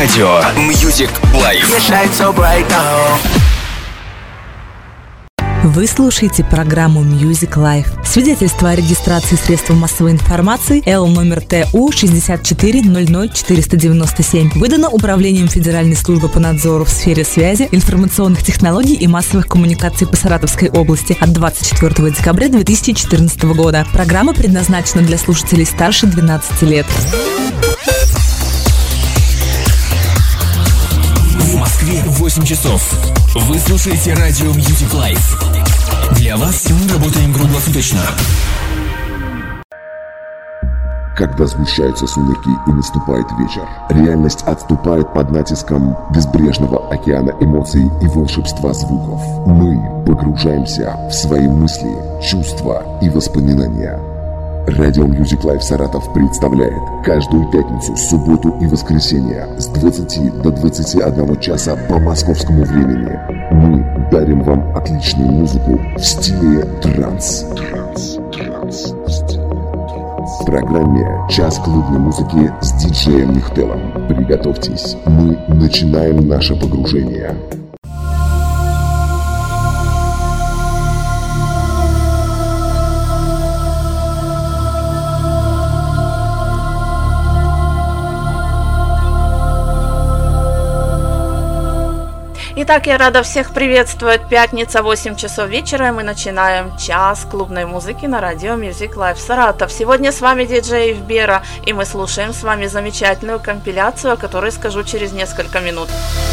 Радио Music Life. Вы слушаете программу Music Life. Свидетельство о регистрации средств массовой информации Л номер ТУ 6400497 выдано Управлением Федеральной службы по надзору в сфере связи, информационных технологий и массовых коммуникаций по Саратовской области от 24 декабря 2014 года. Программа предназначена для слушателей старше 12 лет. В Москве 8 часов. Вы слушаете радио Music Life. Для вас мы работаем круглосуточно. Когда сгущаются сумерки и наступает вечер, реальность отступает под натиском безбрежного океана эмоций и волшебства звуков. Мы погружаемся в свои мысли, чувства и воспоминания. Радио Music Life Саратов представляет каждую пятницу, субботу и воскресенье с 20 до 21 часа по московскому времени. Мы дарим вам отличную музыку в стиле транс. В программе «Час клубной музыки» с диджеем Михтелом. Приготовьтесь, мы начинаем наше погружение. Итак, я рада всех приветствовать. Пятница, 8 часов вечера, и мы начинаем час клубной музыки на радио Music Life Саратов. Сегодня с вами диджей Вбера, и мы слушаем с вами замечательную компиляцию, о которой скажу через несколько минут.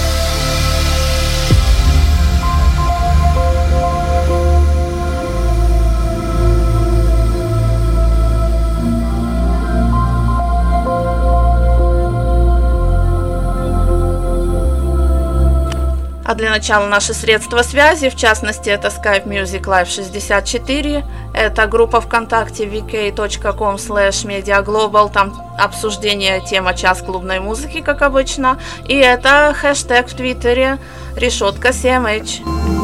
А для начала наши средства связи, в частности, это Skype Music Live 64, это группа ВКонтакте vk.com/mediaglobal, там обсуждение тема «Час клубной музыки», как обычно, и это хэштег в Твиттере решетка CMH.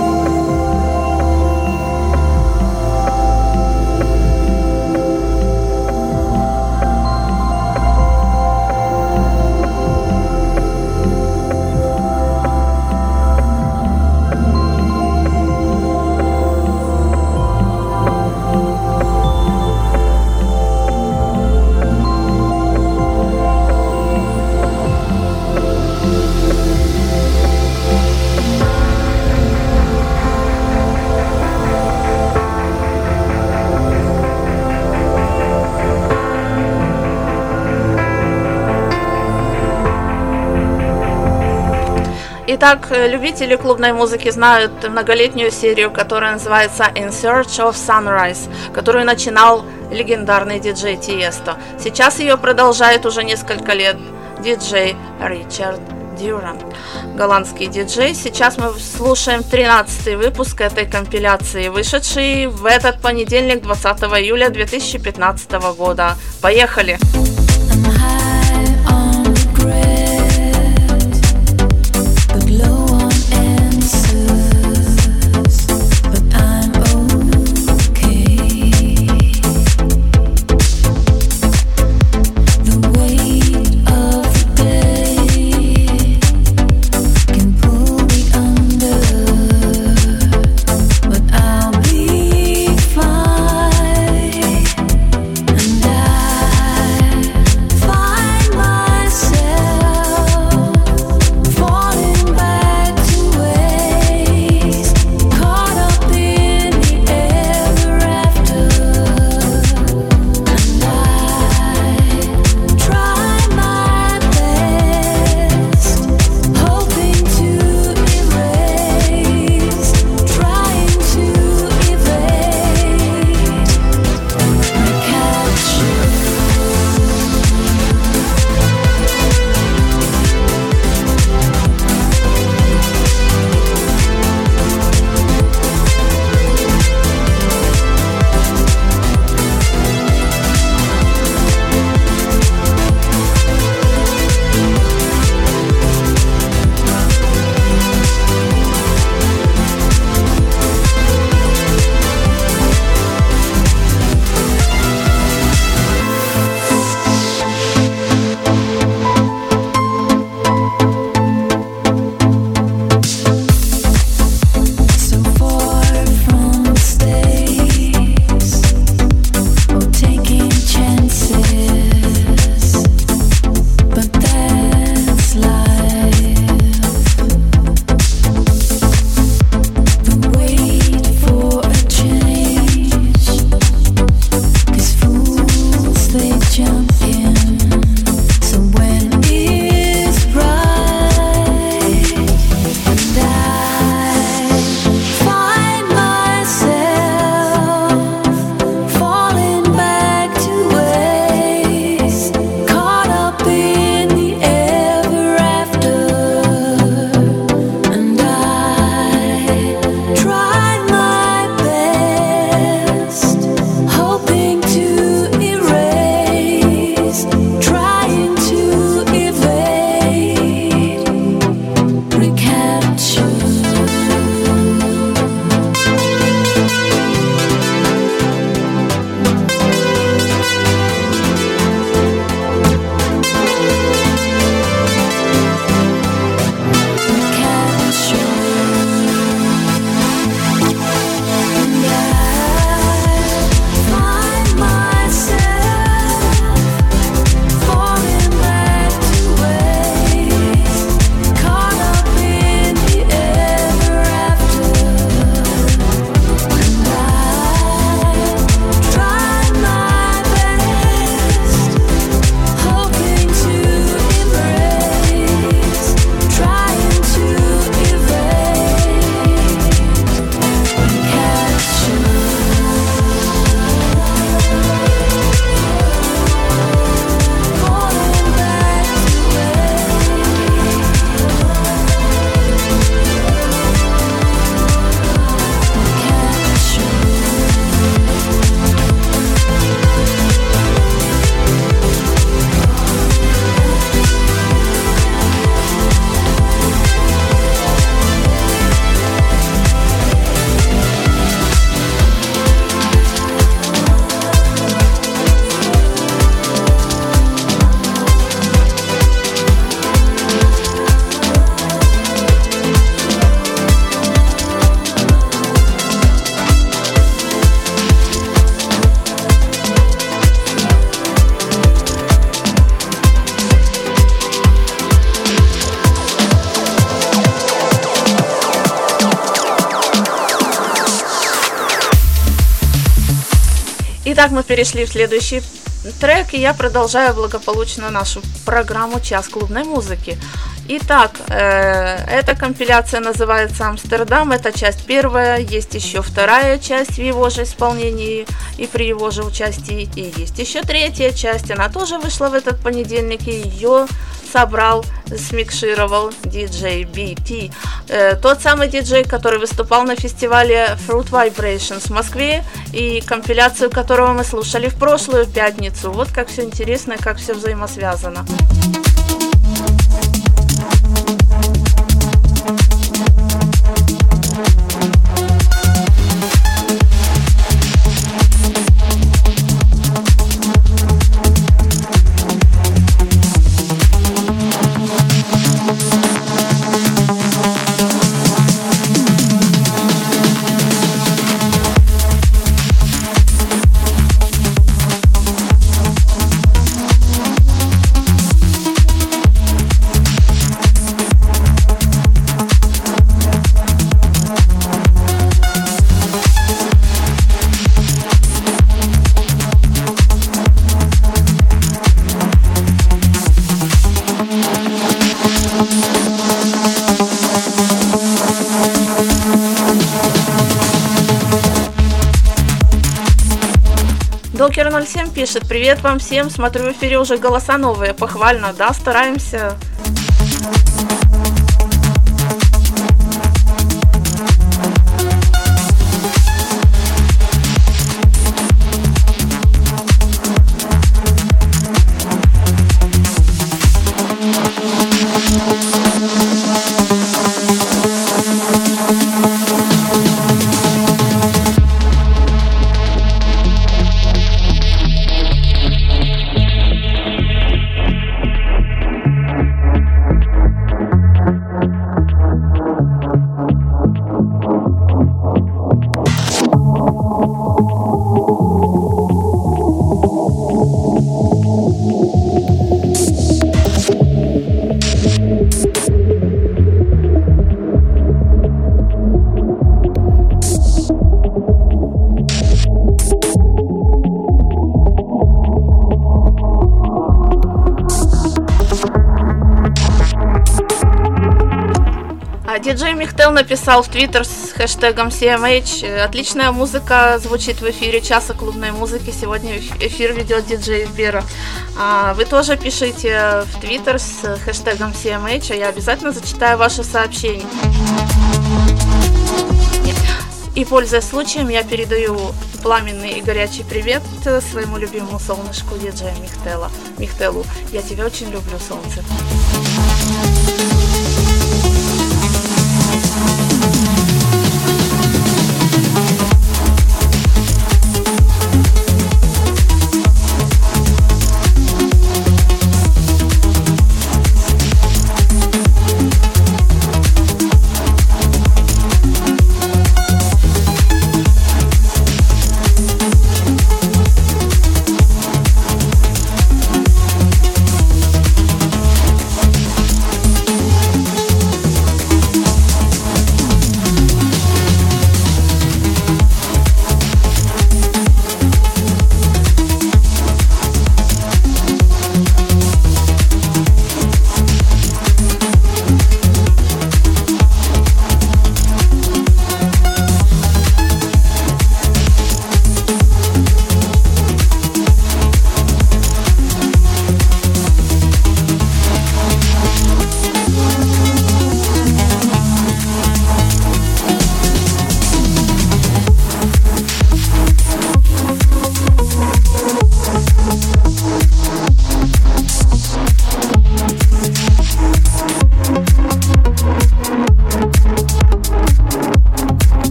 Итак, любители клубной музыки знают многолетнюю серию, которая называется In Search of Sunrise, которую начинал легендарный диджей Тиесто. Сейчас ее продолжает уже несколько лет диджей Ричард Дюрант, голландский диджей. Сейчас мы слушаем 13-й выпуск этой компиляции, вышедший в этот понедельник, 20 июля 2015 года. Поехали! I Итак, мы перешли в следующий трек, и я продолжаю благополучно нашу программу «Час клубной музыки». Итак, эта компиляция называется «Амстердам», это часть первая, есть еще вторая часть в его же исполнении и при его же участии, и есть еще третья часть, она тоже вышла в этот понедельник, и ее собрал, смикшировал диджей BT, тот самый диджей, который выступал на фестивале Fruit Vibrations в Москве, и компиляцию которого мы слушали в прошлую пятницу. Вот как все интересно и как все взаимосвязано. Докер 07 пишет: привет вам всем, смотрю в эфире уже голоса новые, похвально, да, стараемся. Диджей Михтел написал в Твиттер с хэштегом CMH: отличная музыка звучит в эфире часа клубной музыки. Сегодня эфир ведет диджей Вера. Вы тоже пишите в Твиттер с хэштегом CMH, а я обязательно зачитаю ваши сообщения. И, пользуясь случаем, я передаю пламенный и горячий привет своему любимому солнышку диджея Михтелу. Я тебя очень люблю, солнце.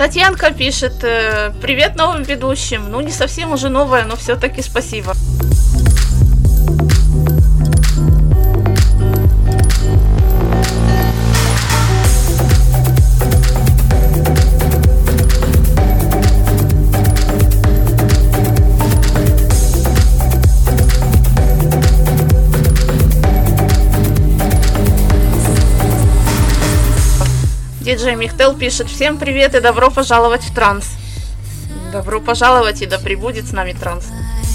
Татьянка пишет: привет новым ведущим. Ну, не совсем уже новая, но все-таки спасибо. Диджей Михтел пишет: всем привет и добро пожаловать в транс. Добро пожаловать и да пребудет с нами транс.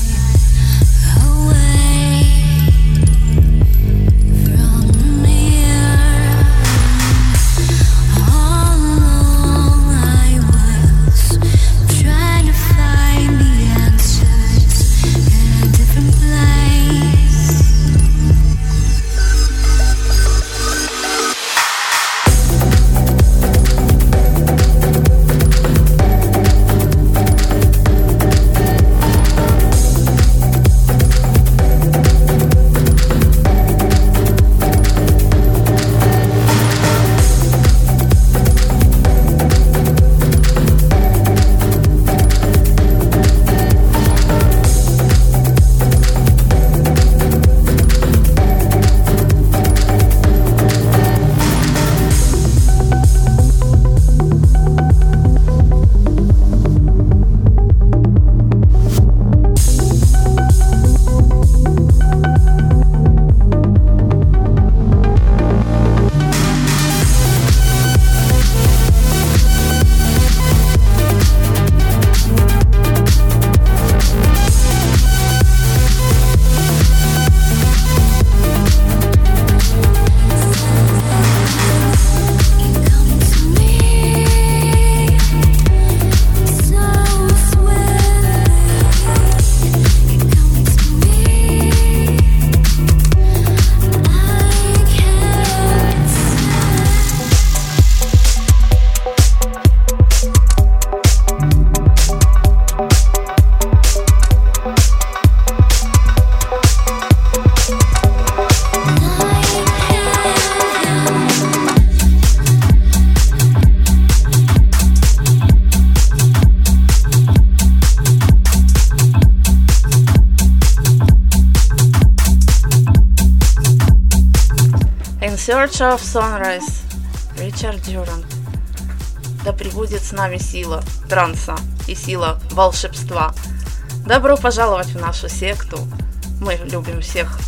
Search of Sunrise, Ричард Дюрант. Да пребудет с нами сила транса и сила волшебства. Добро пожаловать в нашу секту. Мы любим всех.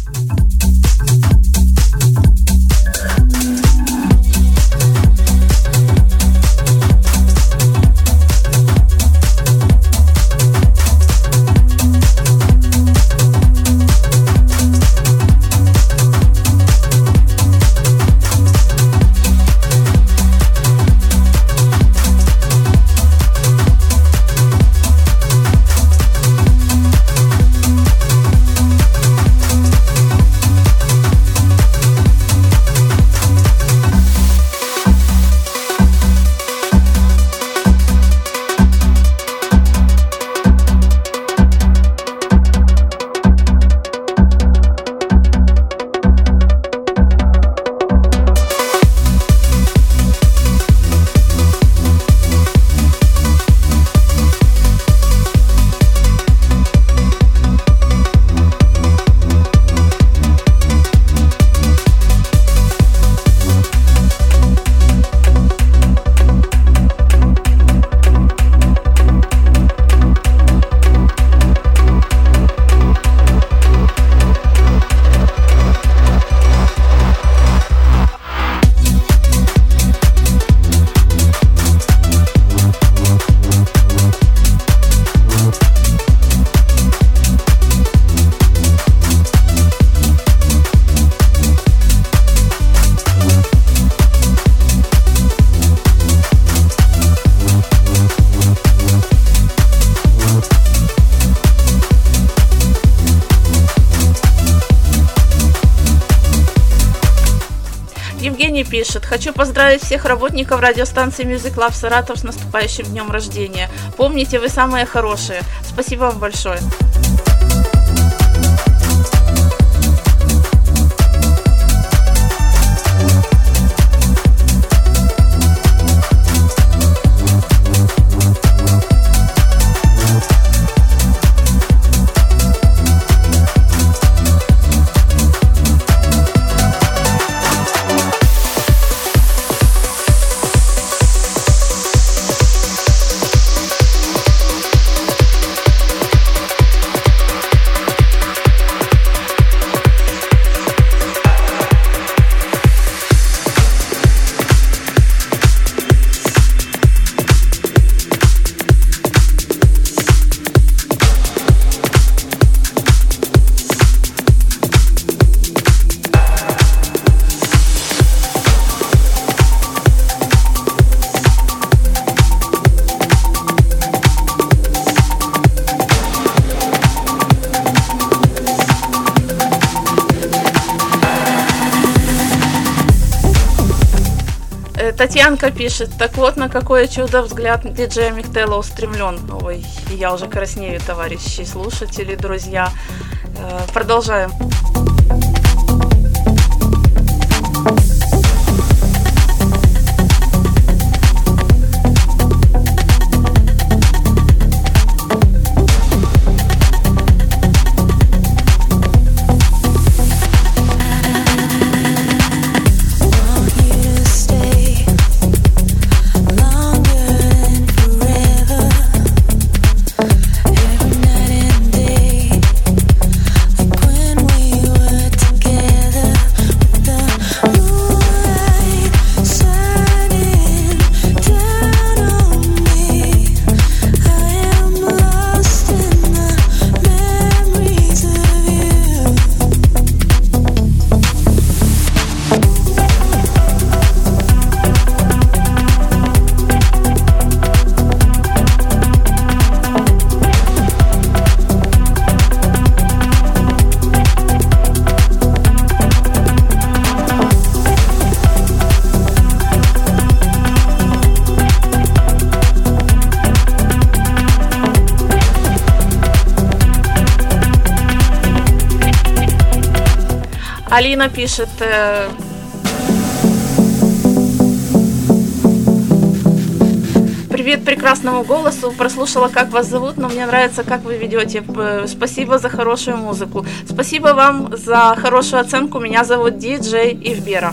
Евгений пишет: хочу поздравить всех работников радиостанции Music Love Саратов с наступающим днем рождения. Помните, вы самые хорошие. Спасибо вам большое. Татьянка пишет, так вот на какое чудо взгляд диджея Михтела устремлен. Ой, я уже краснею, товарищи слушатели, друзья. Продолжаем. Алина пишет, привет прекрасному голосу, прослушала, как вас зовут, но мне нравится, как вы ведете. Спасибо за хорошую музыку. Спасибо вам за хорошую оценку. Меня зовут диджей Ивбера.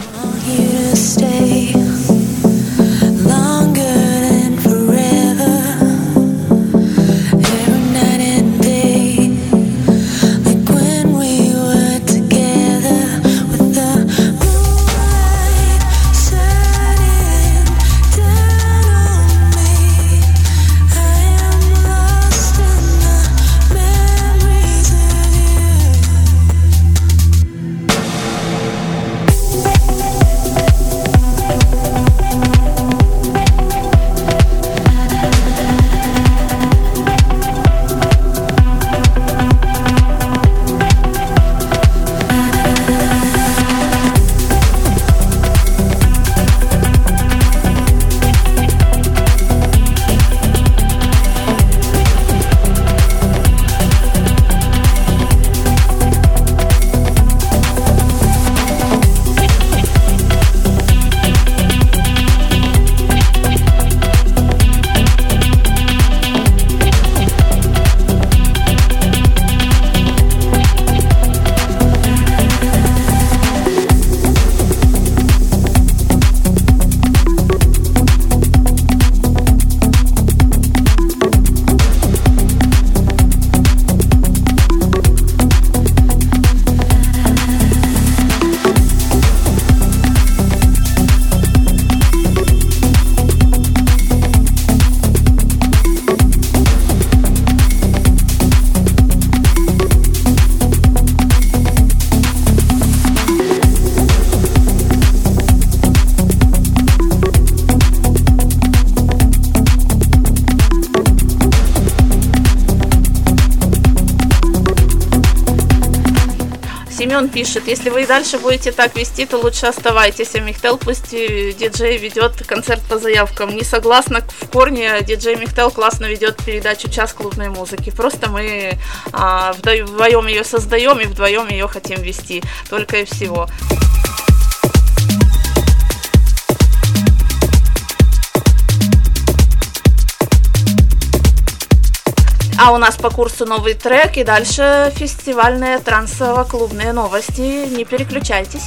Семен пишет, если вы и дальше будете так вести, то лучше оставайтесь, а Михтел пусть диджей ведет концерт по заявкам. Не согласна в корне, диджей Михтел классно ведет передачу «Час клубной музыки». Просто мы вдвоем ее создаем и вдвоем ее хотим вести, только и всего. А у нас по курсу новый трек и дальше фестивальные трансово-клубные новости. Не переключайтесь.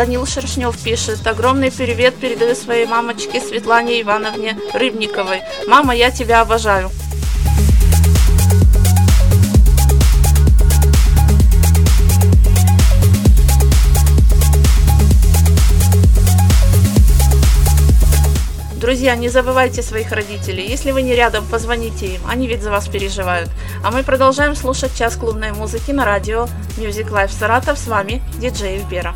Данил Шершнев пишет: огромный привет передаю своей мамочке Светлане Ивановне Рыбниковой. Мама, я тебя обожаю. Друзья, не забывайте своих родителей. Если вы не рядом, позвоните им. Они ведь за вас переживают. А мы продолжаем слушать час клубной музыки на радио Music Life Саратов. С вами диджей Вера.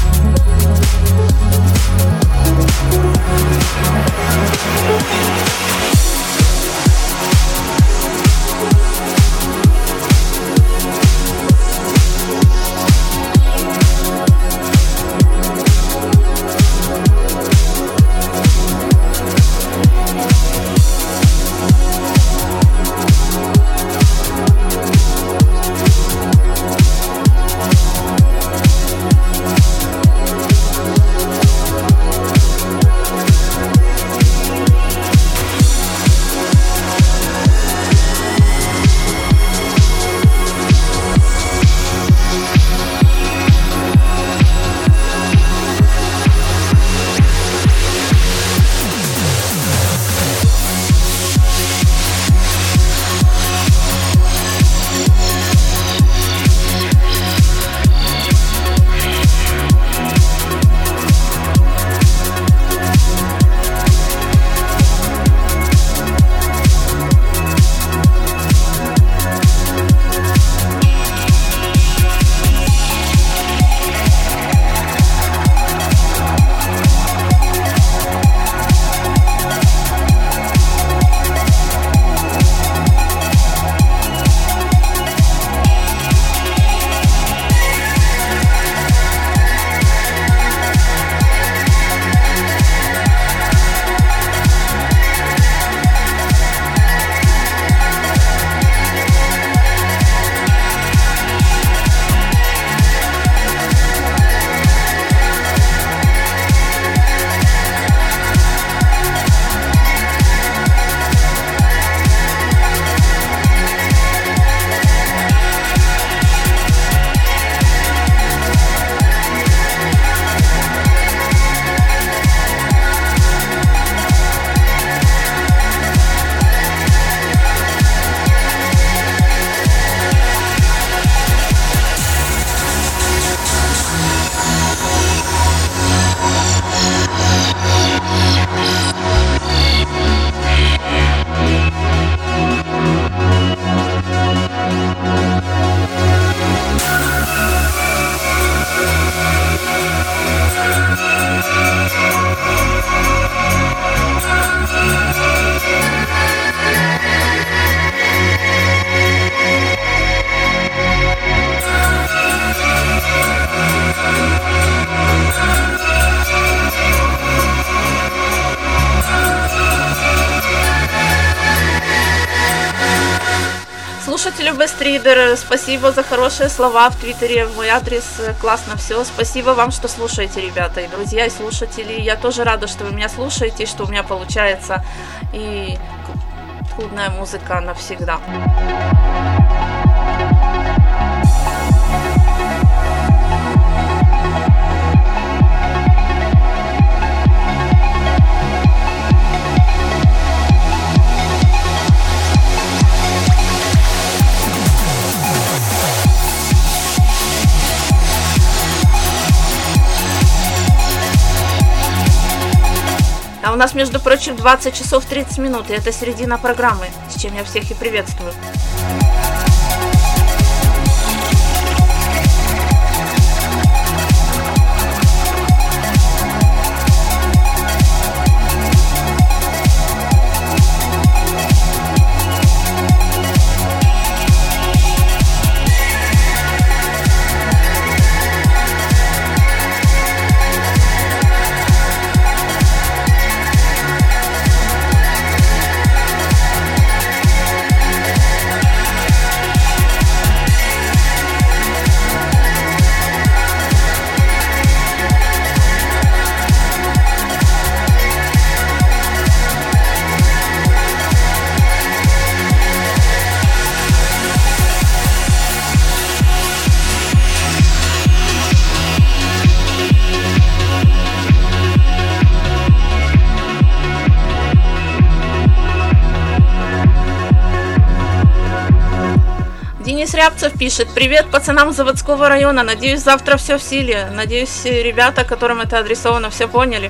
Слушателю Бестридер, спасибо за хорошие слова в Твиттере, в мой адрес, классно все. Спасибо вам, что слушаете, ребята, и друзья, и слушатели. Я тоже рада, что вы меня слушаете, что у меня получается. И клубная музыка навсегда. А у нас, между прочим, 20 часов 30 минут, и это середина программы, с чем я всех и приветствую. Денис Рябцев пишет: привет пацанам заводского района, надеюсь, завтра все в силе. Надеюсь, ребята, которым это адресовано, все поняли.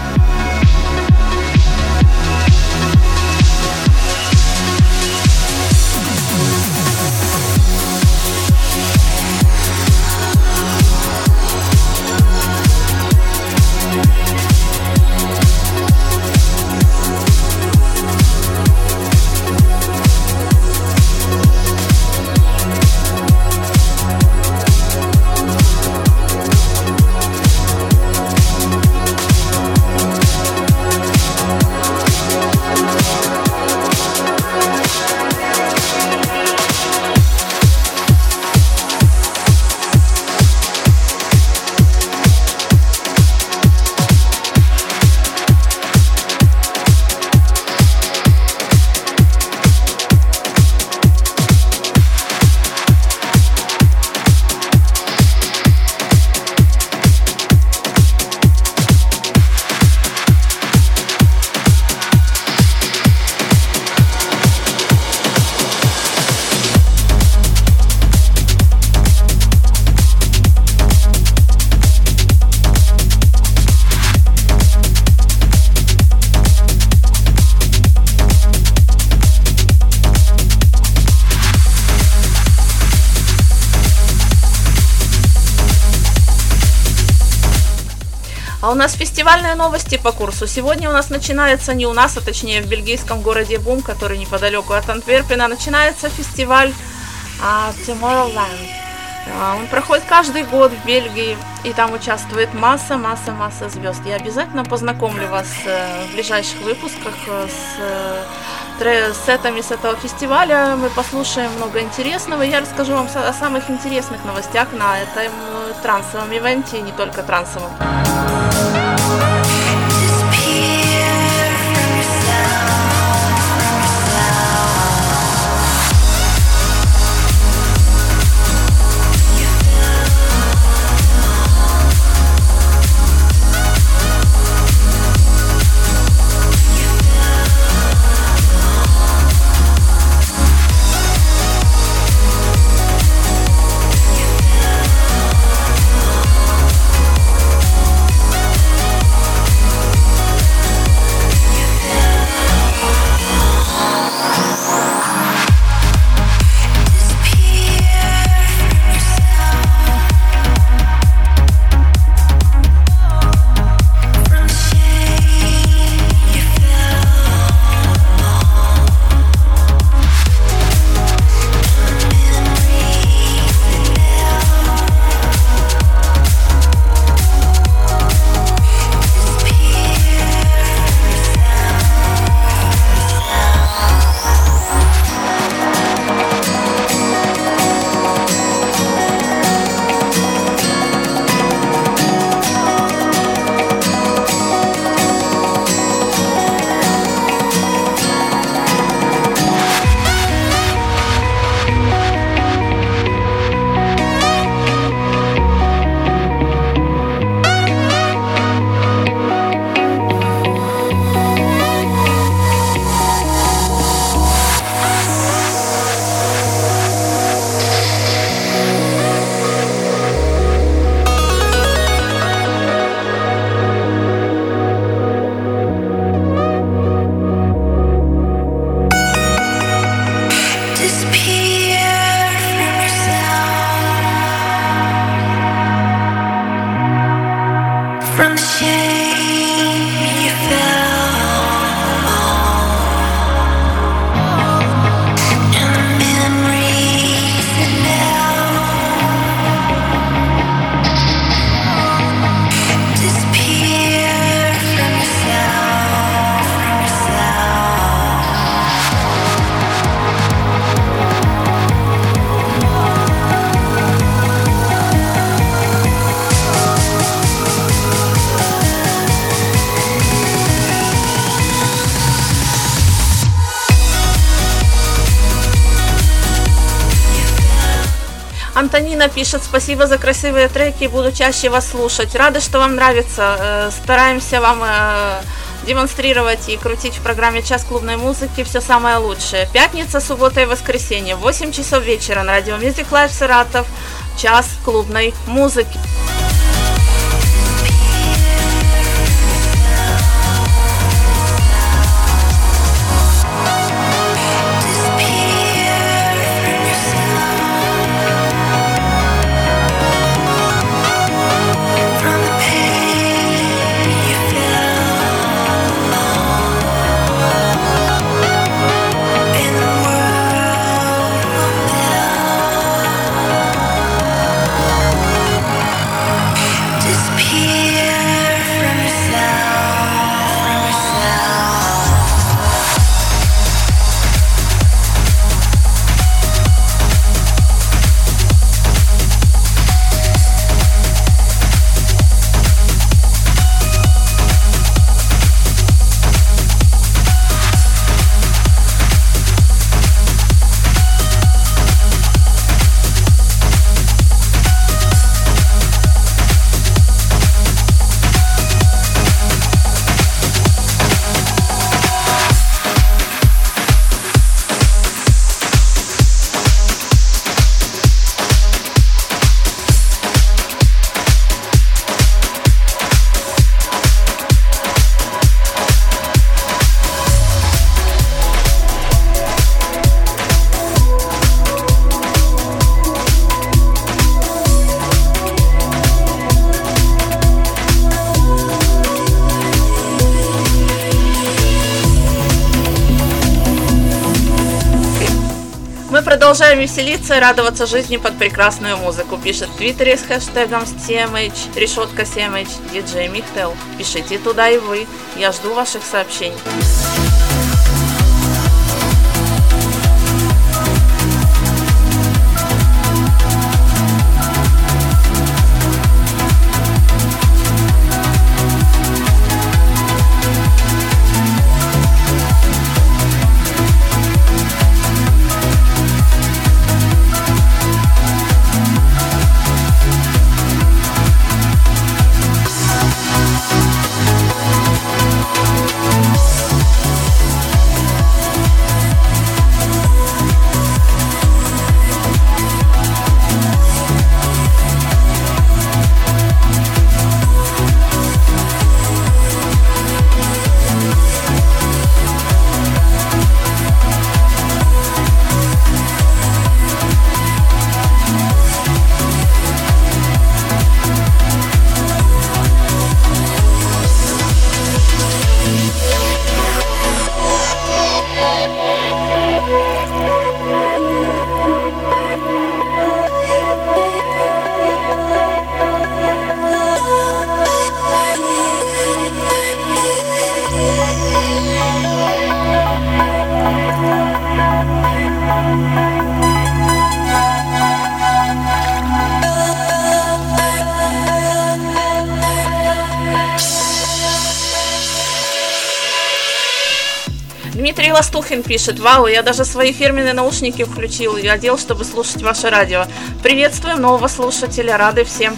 А у нас фестивальные новости по курсу. Сегодня у нас начинается, не у нас, а точнее в бельгийском городе Бум, который неподалеку от Антверпена, начинается фестиваль Tomorrowland. Он проходит каждый год в Бельгии, и там участвует масса звезд. Я обязательно познакомлю вас в ближайших выпусках с сетами с этого фестиваля. Мы послушаем много интересного. Я расскажу вам о самых интересных новостях на этом трансовом ивенте, и не только трансовом. Антонина пишет: спасибо за красивые треки, буду чаще вас слушать. Рада, что вам нравится. Стараемся вам демонстрировать и крутить в программе «Час клубной музыки» все самое лучшее. Пятница, суббота и воскресенье, 8 часов вечера на радио Music Life Саратов, «Час клубной музыки». Продолжаем веселиться и радоваться жизни под прекрасную музыку. Пишет в Твиттере с хэштегом CMH, решетка CMH, диджей Михтел. Пишите туда и вы. Я жду ваших сообщений. Дмитрий Ластухин пишет: вау, я даже свои фирменные наушники включил и одел, чтобы слушать ваше радио. Приветствуем нового слушателя, рады всем.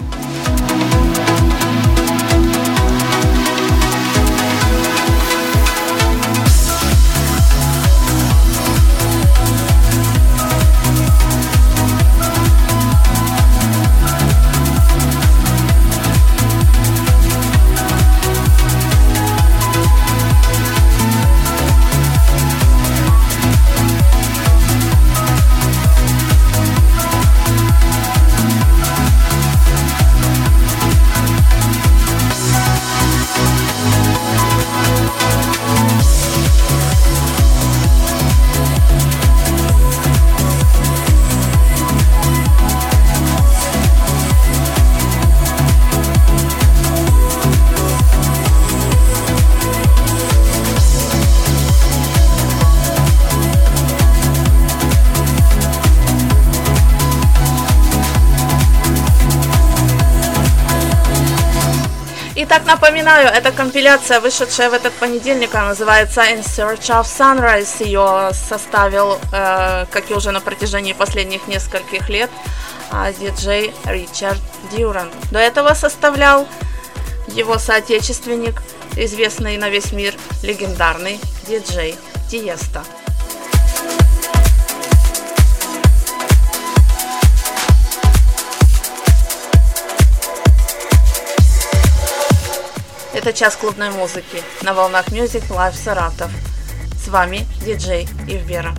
Итак, напоминаю, это компиляция, вышедшая в этот понедельник, она называется In Search of Sunrise. Ее составил, как и уже на протяжении последних нескольких лет, диджей Ричард Дюрант. До этого составлял его соотечественник известный на весь мир легендарный диджей Тиесто. Это час клубной музыки на волнах Music Live Саратов. С вами диджей Ивбера.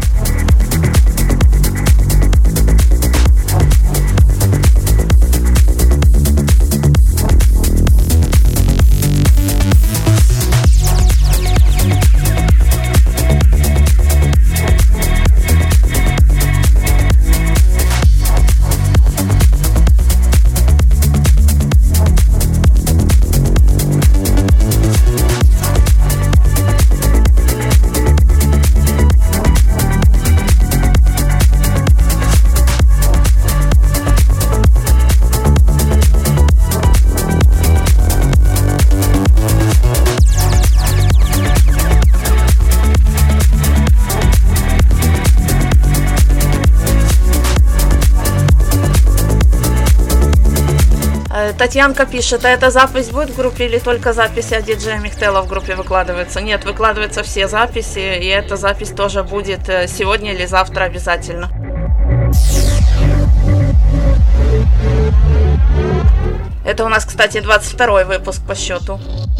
Татьянка пишет, а эта запись будет в группе или только записи от диджея Михтела в группе выкладываются? Нет, выкладываются все записи, и эта запись тоже будет сегодня или завтра обязательно. Это у нас, кстати, 22-й выпуск по счету.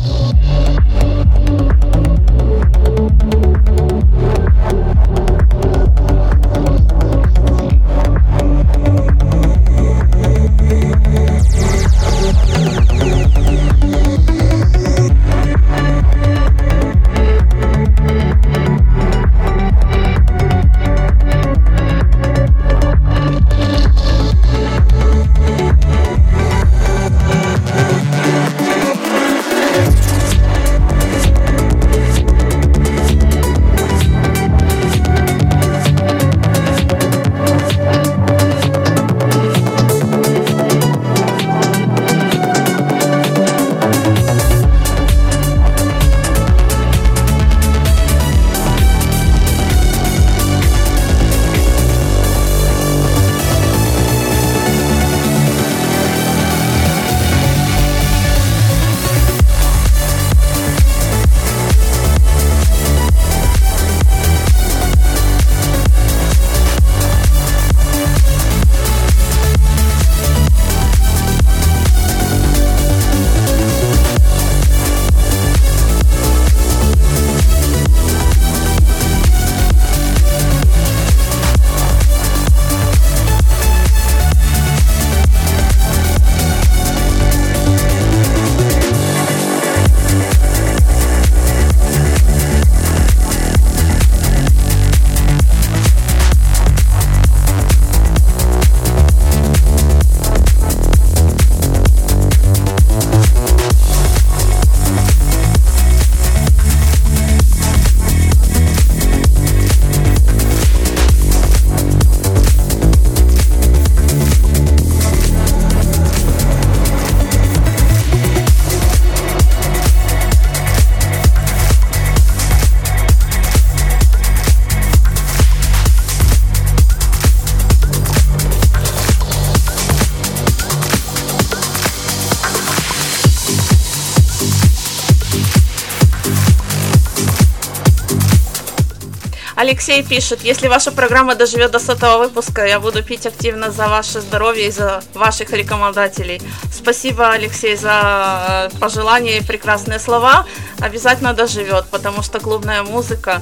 Алексей пишет, если ваша программа доживет до 100-го выпуска, я буду пить активно за ваше здоровье и за ваших рекомендателей. Спасибо, Алексей, за пожелания и прекрасные слова. Обязательно доживет, потому что клубная музыка,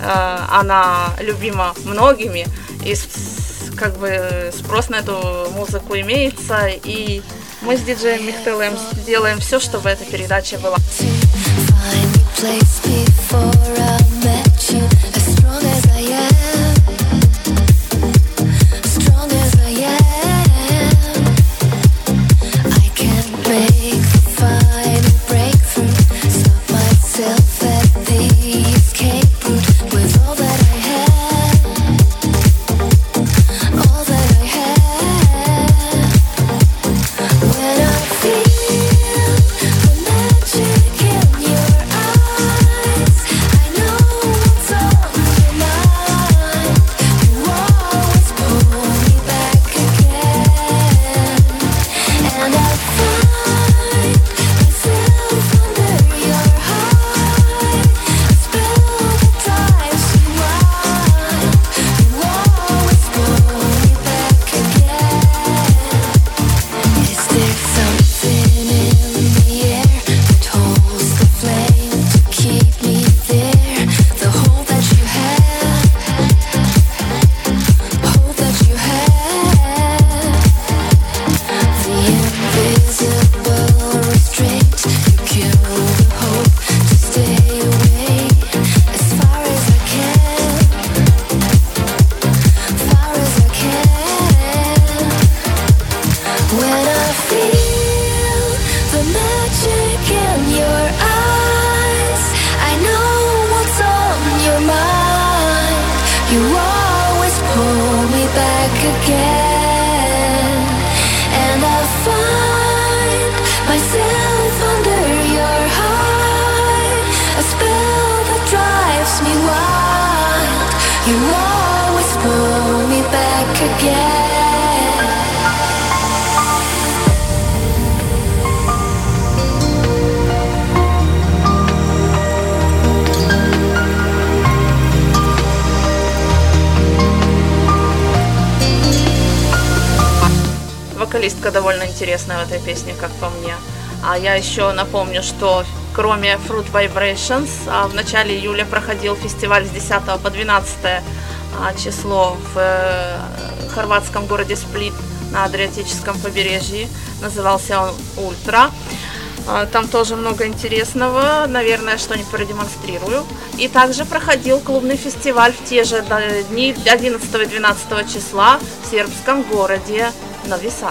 она любима многими, и как бы спрос на эту музыку имеется, и мы с диджеем Михтелом делаем все, чтобы эта передача была. I know again. And I find myself under your heart, a spell that drives me wild. You always pull me back again. Вокалистка довольно интересная в этой песне, как по мне. А я еще напомню, что кроме Fruit Vibrations, в начале июля проходил фестиваль с 10 по 12 число в хорватском городе Сплит на Адриатическом побережье. Назывался он «Ультра». Там тоже много интересного, наверное, что-нибудь продемонстрирую. И также проходил клубный фестиваль в те же дни 11 и 12 числа в сербском городе Novi Sad.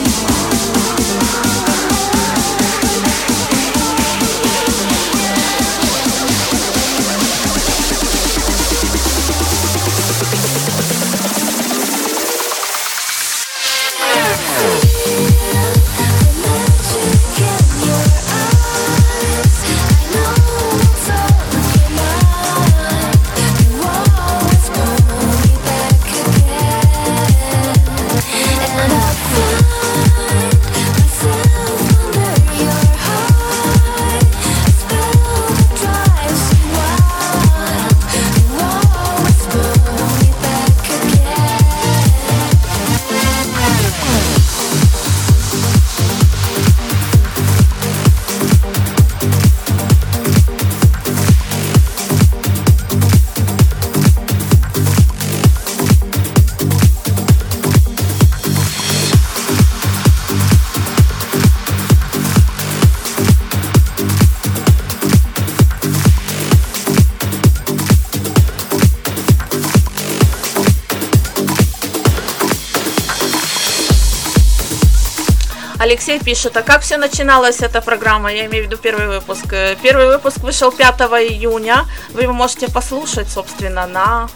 Алексей пишет, а как все начиналось, эта программа, я имею в виду первый выпуск. Первый выпуск вышел 5 июня, вы его можете послушать, собственно,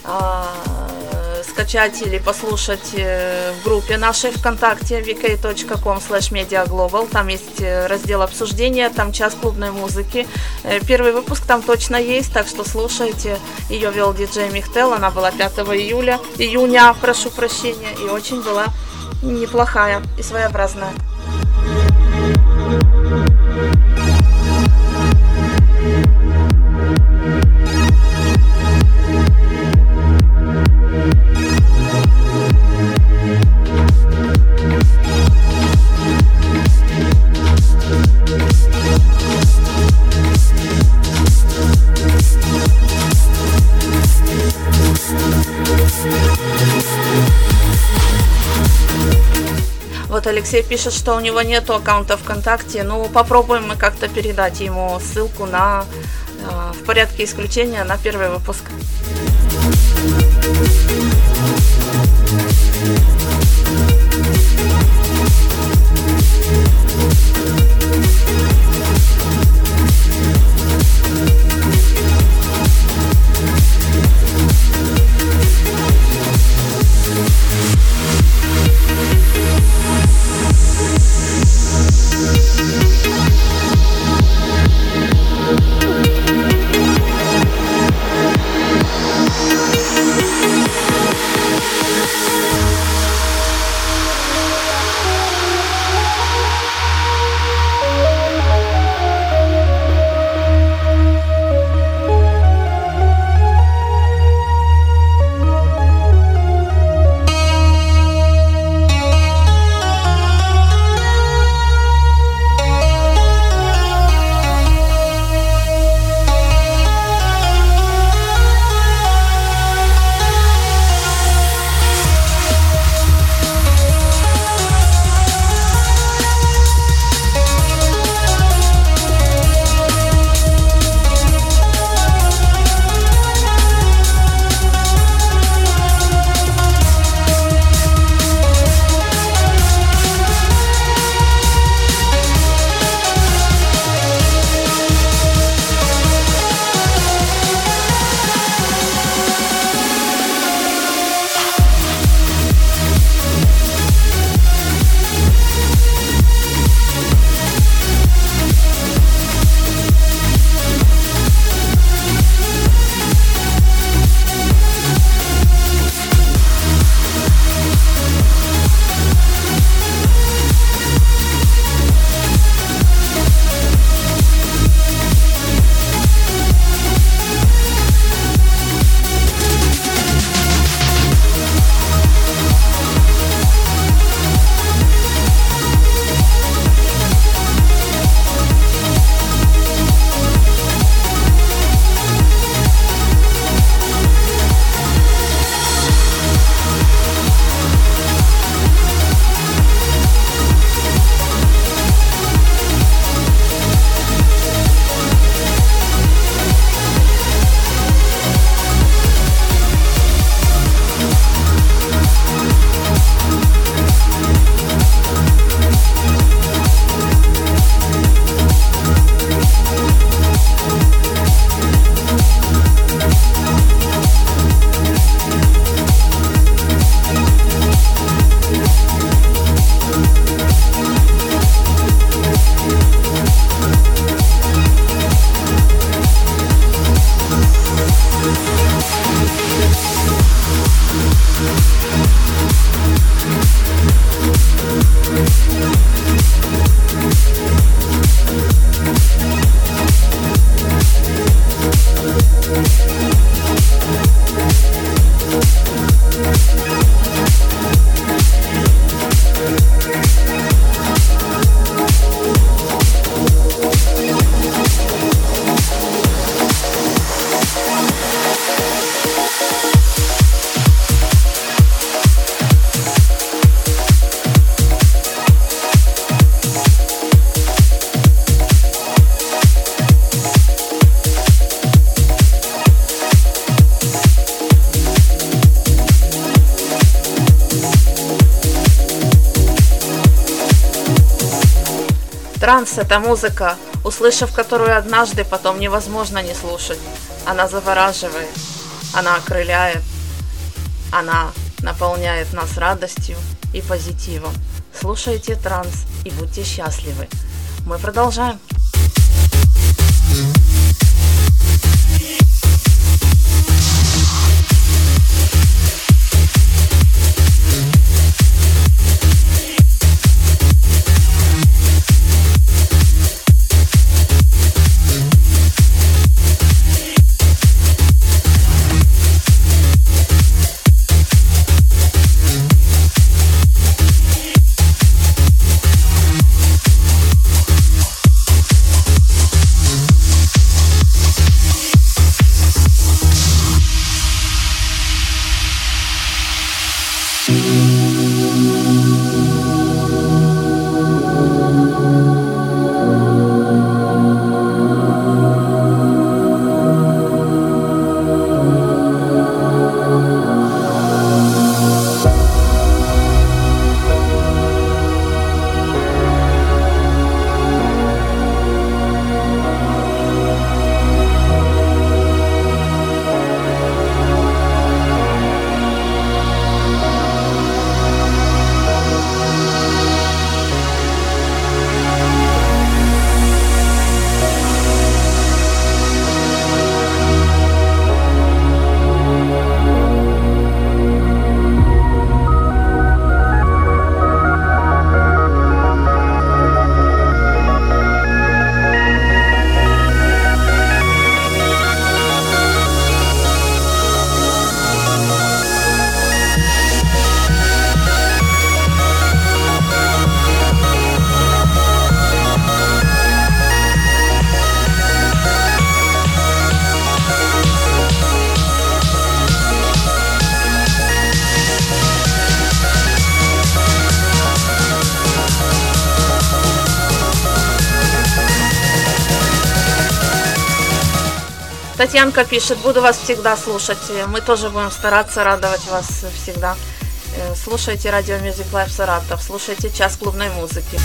скачать или послушать в группе нашей ВКонтакте vk.com/mediaglobal, там есть раздел обсуждения, там час клубной музыки. Первый выпуск там точно есть, так что слушайте. Ее вел диджей Михтел, она была 5 июня, прошу прощения, и очень была неплохая и своеобразная. Вот Алексей пишет, что у него нету аккаунта ВКонтакте. Ну, попробуем мы как-то передать ему ссылку в порядке исключения на первый выпуск. Транс – это музыка, услышав которую однажды, потом невозможно не слушать. Она завораживает, она окрыляет, она наполняет нас радостью и позитивом. Слушайте транс и будьте счастливы. Мы продолжаем. Татьянка пишет: буду вас всегда слушать. Мы тоже будем стараться радовать вас всегда. Слушайте радио Music Life Саратов, слушайте час клубной музыки.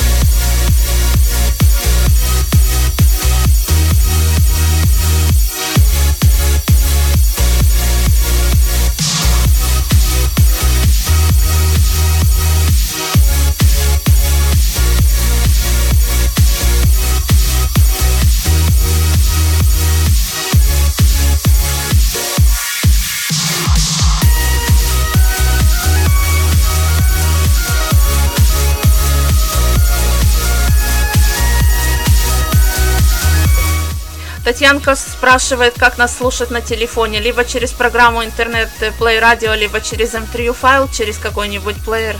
Татьянка спрашивает, как нас слушать на телефоне, либо через программу интернет Play Radio, либо через M3 файл, через какой-нибудь плеер.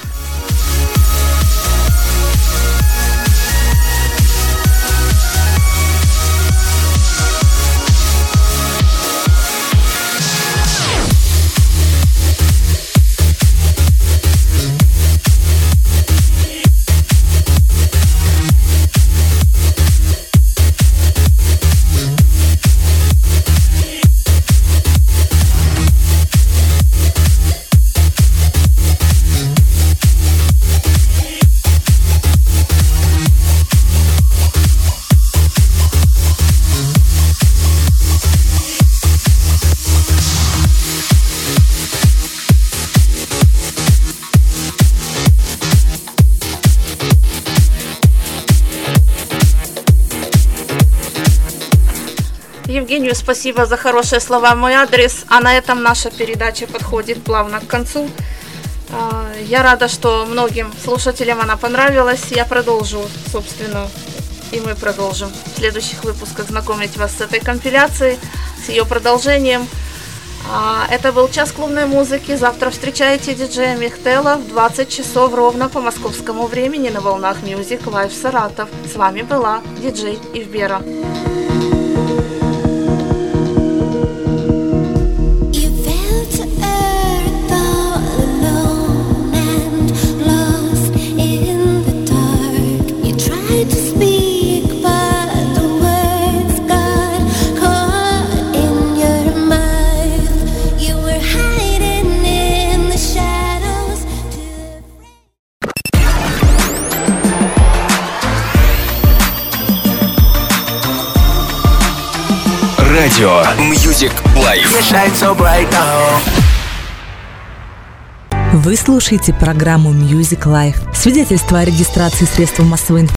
Евгению спасибо за хорошие слова в мой адрес, а на этом наша передача подходит плавно к концу. Я рада, что многим слушателям она понравилась. Я продолжу, собственно, и мы продолжим в следующих выпусках знакомить вас с этой компиляцией, с ее продолжением. Это был час клубной музыки. Завтра встречаете диджея Михтела в 20 часов ровно по московскому времени на волнах Music Live Саратов. С вами была диджей Ивбера. радио Music Life. Вы слушаете программу Music Life. Свидетельство о регистрации средств массовой информации